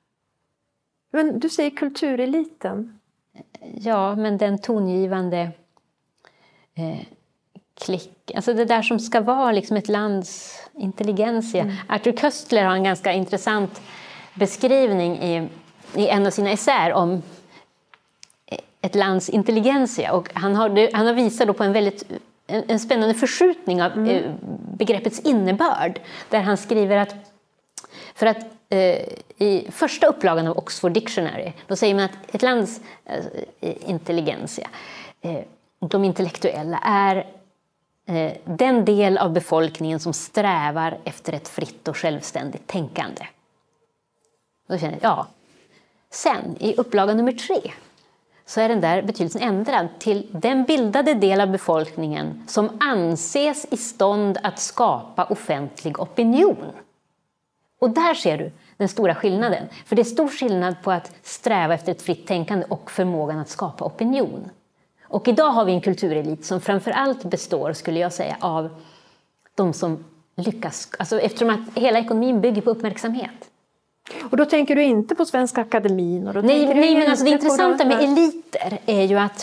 B: Men du säger kultureliten.
C: Ja, men den tongivande... Eh, klick. Alltså det där som ska vara liksom ett lands intelligensia. Mm. Arthur Köstler har en ganska intressant beskrivning i, i en av sina essäer om ett lands intelligensia. Och han har, han har visat då på en väldigt en, en spännande förskjutning av mm. eh, begreppets innebörd. Där han skriver att för att eh, i första upplagan av Oxford Dictionary då säger man att ett lands eh, intelligensia eh, de intellektuella är eh, den del av befolkningen som strävar efter ett fritt och självständigt tänkande. Och då känner jag, ja. Sen i upplaga nummer tre så är den där betydelsen ändrad till den bildade del av befolkningen som anses i stånd att skapa offentlig opinion. Och där ser du den stora skillnaden. För det är stor skillnad på att sträva efter ett fritt tänkande och förmågan att skapa opinion. Och idag har vi en kulturelit som framförallt består, skulle jag säga, av de som lyckas. Alltså eftersom att hela ekonomin bygger på uppmärksamhet.
B: Och då tänker du inte på Svenska Akademin? Och då
C: nej,
B: tänker
C: nej
B: du
C: men alltså det intressanta
B: de
C: med eliter är ju att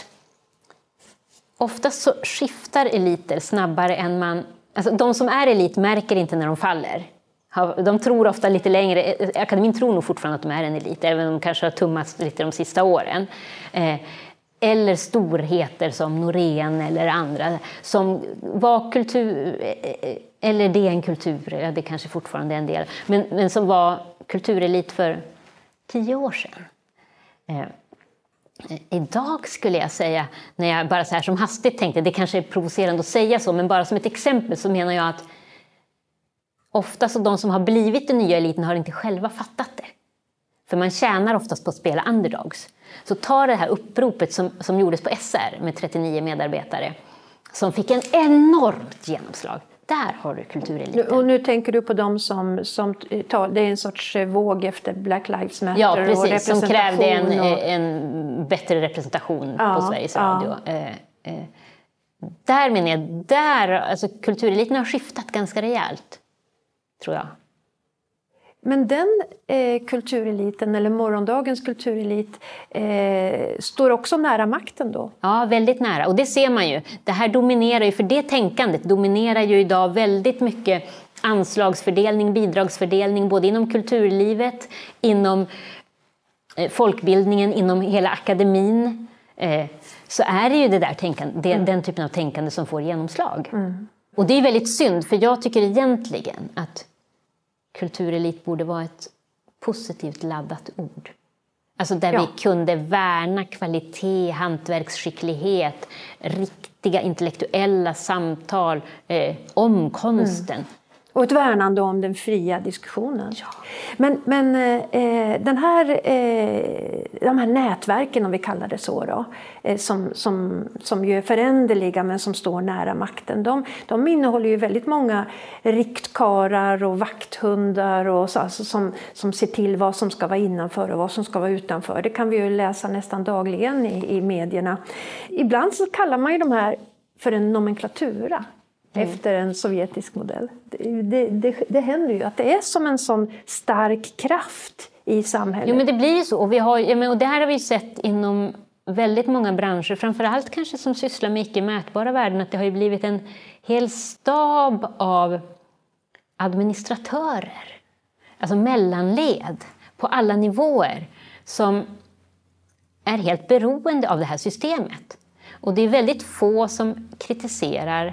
C: oftast så skiftar eliter snabbare än man... Alltså de som är elit märker inte när de faller. De tror ofta lite längre. Akademin tror nog fortfarande att de är en elit, även om de kanske har tummats lite de sista åren. Eh, Eller storheter som Norén eller andra som var kultur, eller det är en kultur, ja, det kanske fortfarande är en del, men, men som var kulturelit för tio år sedan. Eh, idag skulle jag säga, när jag bara så här som hastigt tänkte, det kanske är provocerande att säga så, men bara som ett exempel så menar jag att ofta så de som har blivit den nya eliten har inte själva fattat det. För man tjänar oftast på att spela underdogs. Så ta det här uppropet som, som gjordes på S R med trettionio medarbetare. Som fick en enormt genomslag. Där har du kultureliten.
B: Och nu tänker du på dem som, som tar, det är en sorts våg efter Black Lives Matter.
C: Ja, precis.
B: Och
C: som krävde en,
B: och...
C: en bättre representation ja, på Sveriges Radio. Ja. Eh, eh, där menar jag, där, alltså kultureliten har skiftat ganska rejält, tror jag.
B: Men den eh, kultureliten, eller morgondagens kulturelit, eh, står också nära makten då?
C: Ja, väldigt nära. Och det ser man ju. Det här dominerar ju, för det tänkandet dominerar ju idag väldigt mycket anslagsfördelning, bidragsfördelning, både inom kulturlivet, inom eh, folkbildningen, inom hela akademin. Eh, så är det ju det där tänkande, det, mm. den typen av tänkande som får genomslag. Mm. Och det är väldigt synd, för jag tycker egentligen att kulturelit borde vara ett positivt laddat ord. Alltså där ja. vi kunde värna kvalitet, hantverksskicklighet, riktiga intellektuella samtal eh, om konsten. Mm.
B: Och ett värnande om den fria diskussionen. Ja. Men, men eh, den här, eh, de här nätverken, om vi kallar det så då, eh, som, som, som ju är föränderliga men som står nära makten, de, de innehåller ju väldigt många riktkarar och vakthundar och så, alltså, som, som ser till vad som ska vara innanför och vad som ska vara utanför. Det kan vi ju läsa nästan dagligen i, i medierna. Ibland så kallar man ju de här för en nomenklatura. Mm. Efter en sovjetisk modell. Det, det, det, det händer ju att det är som en sån stark kraft i samhället.
C: Jo, men det blir ju så. Och, vi har, och det här har vi sett inom väldigt många branscher. Framförallt kanske som sysslar med icke-mätbara värden. Att det har ju blivit en hel stab av administratörer. Alltså mellanled på alla nivåer. Som är helt beroende av det här systemet. Och det är väldigt få som kritiserar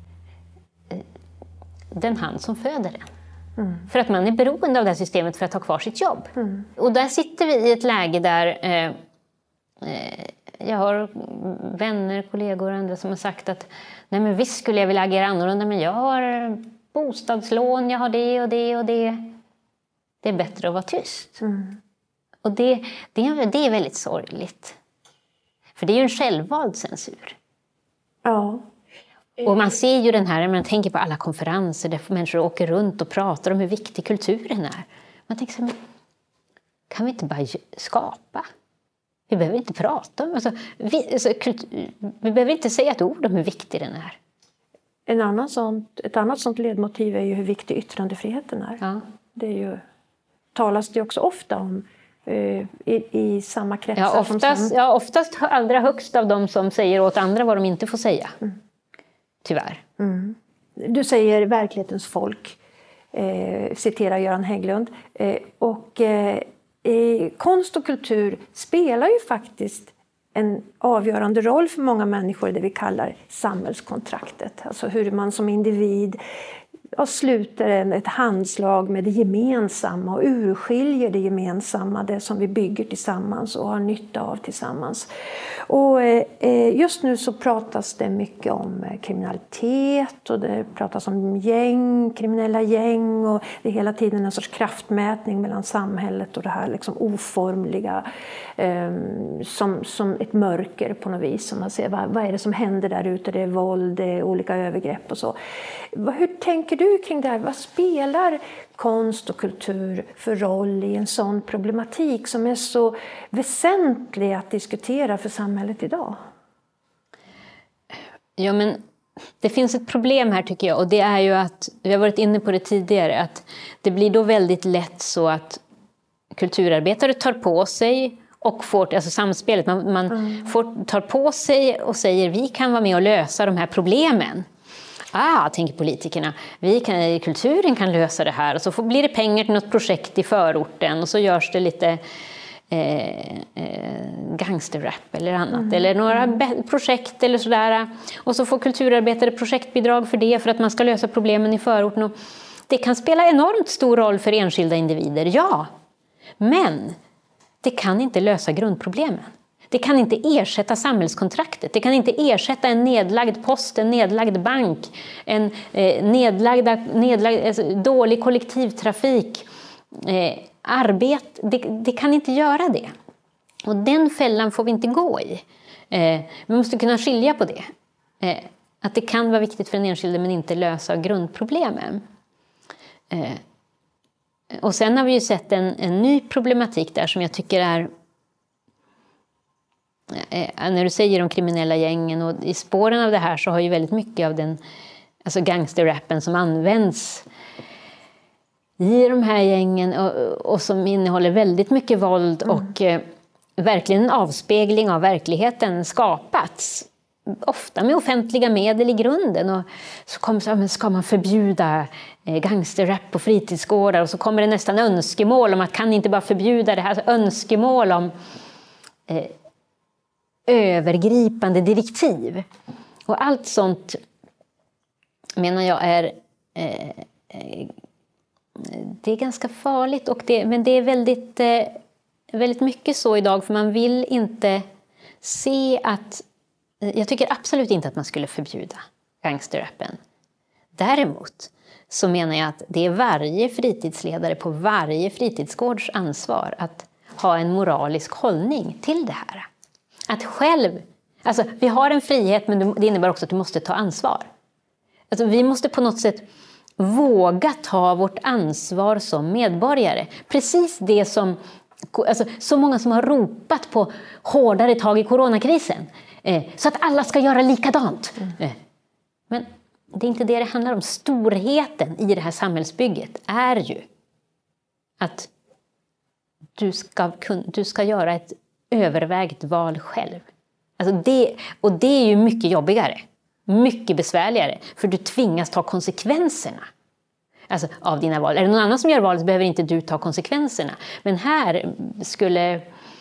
C: den hand som föder den. Mm. För att man är beroende av det här systemet för att ha kvar sitt jobb. Mm. Och där sitter vi i ett läge där eh, eh, jag har vänner, kollegor och andra som har sagt att nej, men visst skulle jag vilja agera annorlunda, men jag har bostadslån, jag har det och det och det. Det är bättre att vara tyst. Mm. Och det, det, är, det är väldigt sorgligt. För det är ju en självvald censur.
B: Ja.
C: Och man ser ju den här, man tänker på alla konferenser där människor åker runt och pratar om hur viktig kulturen är. Man tänker så här, kan vi inte bara skapa? Vi behöver inte prata om, alltså, vi, alltså, kultur, vi behöver inte säga ett ord om hur viktig den är.
B: En annan sånt, ett annat sånt ledmotiv är ju hur viktig yttrandefriheten är.
C: Ja.
B: Det är ju, talas det också ofta om uh, i, i samma kretsar.
C: Ja, oftast, som... ja, oftast allra högst av de som säger åt andra vad de inte får säga. Mm. Tyvärr.
B: Mm. Du säger verklighetens folk, eh, citerar Göran Hägglund. Eh, och eh, konst och kultur spelar ju faktiskt en avgörande roll för många människor i det vi kallar samhällskontraktet. Alltså hur man som individ och sluter ett handslag med det gemensamma och urskiljer det gemensamma, det som vi bygger tillsammans och har nytta av tillsammans. Och just nu så pratas det mycket om kriminalitet och det pratas om gäng, kriminella gäng, och det är hela tiden en sorts kraftmätning mellan samhället och det här liksom oformliga som, som ett mörker på något vis. Som man ser, vad, vad är det som händer där ute? Det är våld, det är olika övergrepp och så. Hur tänker du kring det här? Vad spelar konst och kultur för roll i en sån problematik som är så väsentlig att diskutera för samhället idag?
C: Ja, men det finns ett problem här tycker jag, och det är ju att, vi har varit inne på det tidigare, att det blir då väldigt lätt så att kulturarbetare tar på sig och får, alltså samspelet, man, man mm. får, tar på sig och säger vi kan vara med och lösa de här problemen. Ah, tänker politikerna, vi kan, kulturen kan lösa det här, och så får, blir det pengar till något projekt i förorten och så görs det lite eh, eh, gangsterrap eller annat, mm. eller några be- projekt eller sådär, och så får kulturarbetare projektbidrag för det, för att man ska lösa problemen i förorten. Och det kan spela enormt stor roll för enskilda individer, ja, men det kan inte lösa grundproblemen. Det kan inte ersätta samhällskontraktet. Det kan inte ersätta en nedlagd post, en nedlagd bank, en eh, nedlagda, nedlagd, alltså, dålig kollektivtrafik, eh, arbete. Det, det kan inte göra det. Och den fällan får vi inte gå i. Eh, vi måste kunna skilja på det. Eh, att det kan vara viktigt för den enskilde men inte lösa grundproblemen. Eh, och sen har vi ju sett en, en ny problematik där som jag tycker är när du säger de kriminella gängen, och i spåren av det här så har ju väldigt mycket av den alltså gangsterrappen som används i de här gängen och, och som innehåller väldigt mycket våld mm. och eh, verkligen en avspegling av verkligheten skapats. Ofta med offentliga medel i grunden. Och så kommer så, men ska man förbjuda eh, gangsterrap på fritidsgårdar? Och så kommer det nästan önskemål om att kan inte bara förbjuda det här. Alltså önskemål om eh, övergripande direktiv. Och allt sånt menar jag är eh, eh, det är ganska farligt. Och det, men det är väldigt, eh, väldigt mycket så idag, för man vill inte se att jag tycker absolut inte att man skulle förbjuda gangsterrappen. Däremot så menar jag att det är varje fritidsledare på varje fritidsgårds ansvar att ha en moralisk hållning till det här. Att själv, alltså vi har en frihet, men det innebär också att du måste ta ansvar. Alltså vi måste på något sätt våga ta vårt ansvar som medborgare. Precis det som, alltså så många som har ropat på hårdare tag i coronakrisen. Så att alla ska göra likadant. Mm. Men det är inte det det handlar om. Storheten i det här samhällsbygget är ju att du ska, du ska göra ett övervägt val själv. Alltså det, och det är ju mycket jobbigare. Mycket besvärligare. För du tvingas ta konsekvenserna alltså, av dina val. Är det någon annan som gör val så behöver inte du ta konsekvenserna. Men här skulle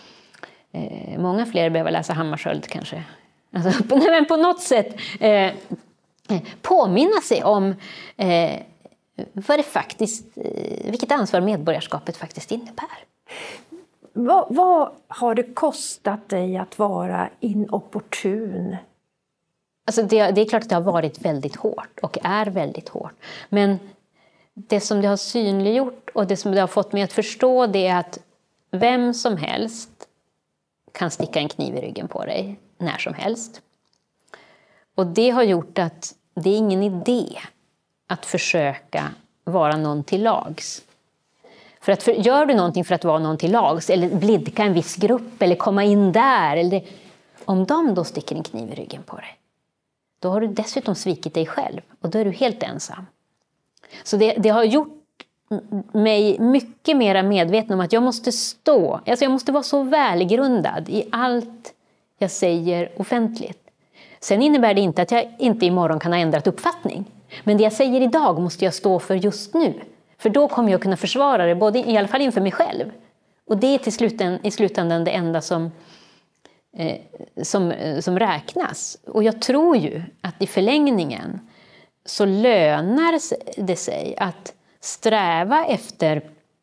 C: eh, många fler behöva läsa Hammarskjöld kanske. Alltså, men på något sätt eh, påminna sig om eh, vad det faktiskt, eh, vilket ansvar medborgarskapet faktiskt innebär.
B: Vad, vad har det kostat dig att vara inopportun?
C: Alltså det, det är klart att det har varit väldigt hårt och är väldigt hårt. Men det som det har synliggjort och det som det har fått mig att förstå, det är att vem som helst kan sticka en kniv i ryggen på dig när som helst. Och det har gjort att det är ingen idé att försöka vara någon till lags. För att för, gör du någonting för att vara någon till lags eller blidka en viss grupp eller komma in där, eller om de då sticker en kniv i ryggen på dig, då har du dessutom svikit dig själv och då är du helt ensam. Så det, det har gjort mig mycket mer medveten om att jag måste stå, alltså jag måste vara så välgrundad i allt jag säger offentligt. Sen innebär det inte att jag inte imorgon kan ha ändrat uppfattning. Men det jag säger idag måste jag stå för just nu. För då kommer jag kunna försvara det, både, i alla fall inför mig själv. Och det är till sluten, i slutändan det enda som, eh, som, eh, som räknas. Och jag tror ju att i förlängningen så lönar det sig att sträva efter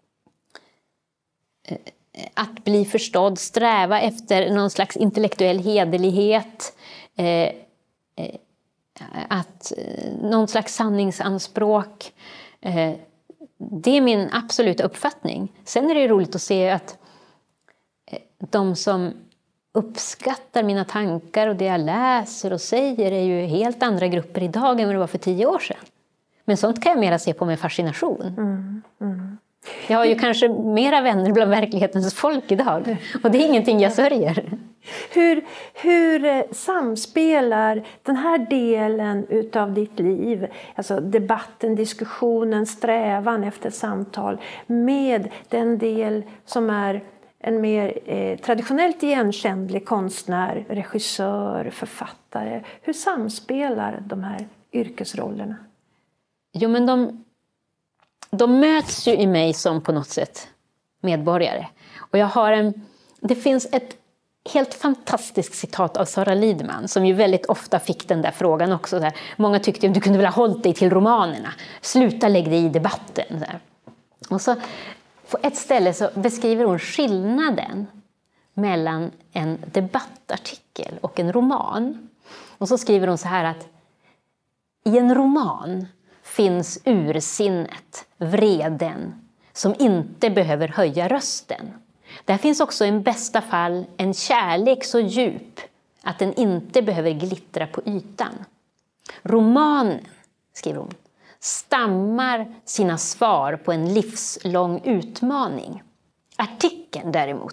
C: eh, att bli förstådd, sträva efter någon slags intellektuell hederlighet, eh, eh, att eh, någon slags sanningsanspråk. Eh, det är min absoluta uppfattning. Sen är det roligt att se att eh, de som uppskattar mina tankar och det jag läser och säger är ju helt andra grupper idag än vad det var för tio år sedan. Men sånt kan jag mera se på med fascination. Mm, mm. Jag har ju kanske mera vänner bland verklighetens folk idag. Och det är ingenting jag sörjer.
B: Hur, hur samspelar den här delen utav ditt liv, alltså debatten, diskussionen, strävan efter samtal, med den del som är en mer eh, traditionellt igenkännlig konstnär, regissör, författare? Hur samspelar de här yrkesrollerna?
C: Jo, men de, de möts ju i mig som på något sätt medborgare. Och jag har en, det finns ett helt fantastiskt citat av Sara Lidman som ju väldigt ofta fick den där frågan också. Där. Många tyckte att du kunde väl ha hållit dig till romanerna. Sluta lägga dig i debatten. Där. Och så på ett ställe så beskriver hon skillnaden mellan en debattartikel och en roman. Och så skriver hon så här att i en roman finns ursinnet, vreden, som inte behöver höja rösten. Där finns också i bästa fall en kärlek så djup att den inte behöver glittra på ytan. Romanen, skriver hon, stammar sina svar på en livslång utmaning. Artikeln däremot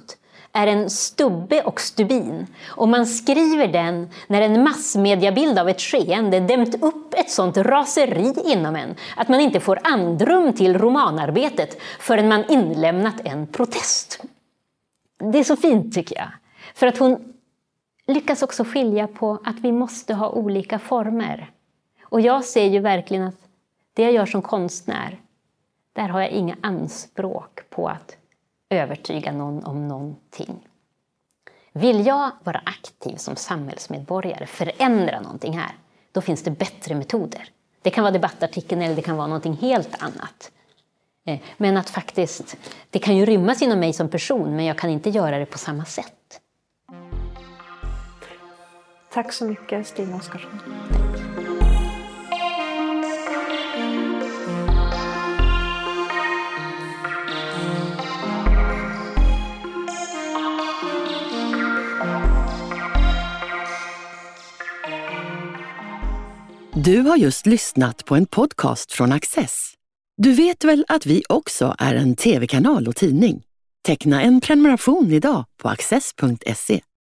C: är en stubbe och stubin. Och man skriver den när en massmediabild av ett skeende dämt upp ett sånt raseri inom en att man inte får andrum till romanarbetet förrän man inlämnat en protest. Det är så fint tycker jag. För att hon lyckas också skilja på att vi måste ha olika former. Och jag ser ju verkligen att det jag gör som konstnär, där har jag inga anspråk på att övertyga någon om någonting. Vill jag vara aktiv som samhällsmedborgare, förändra någonting här, då finns det bättre metoder. Det kan vara debattartikeln eller det kan vara någonting helt annat. Men att faktiskt, det kan ju rymmas inom mig som person, men jag kan inte göra det på samma sätt.
B: Tack så mycket, Stina Oskarsson.
A: Du har just lyssnat på en podcast från Access. Du vet väl att vi också är en tv-kanal och tidning? Teckna en prenumeration idag på access punkt se.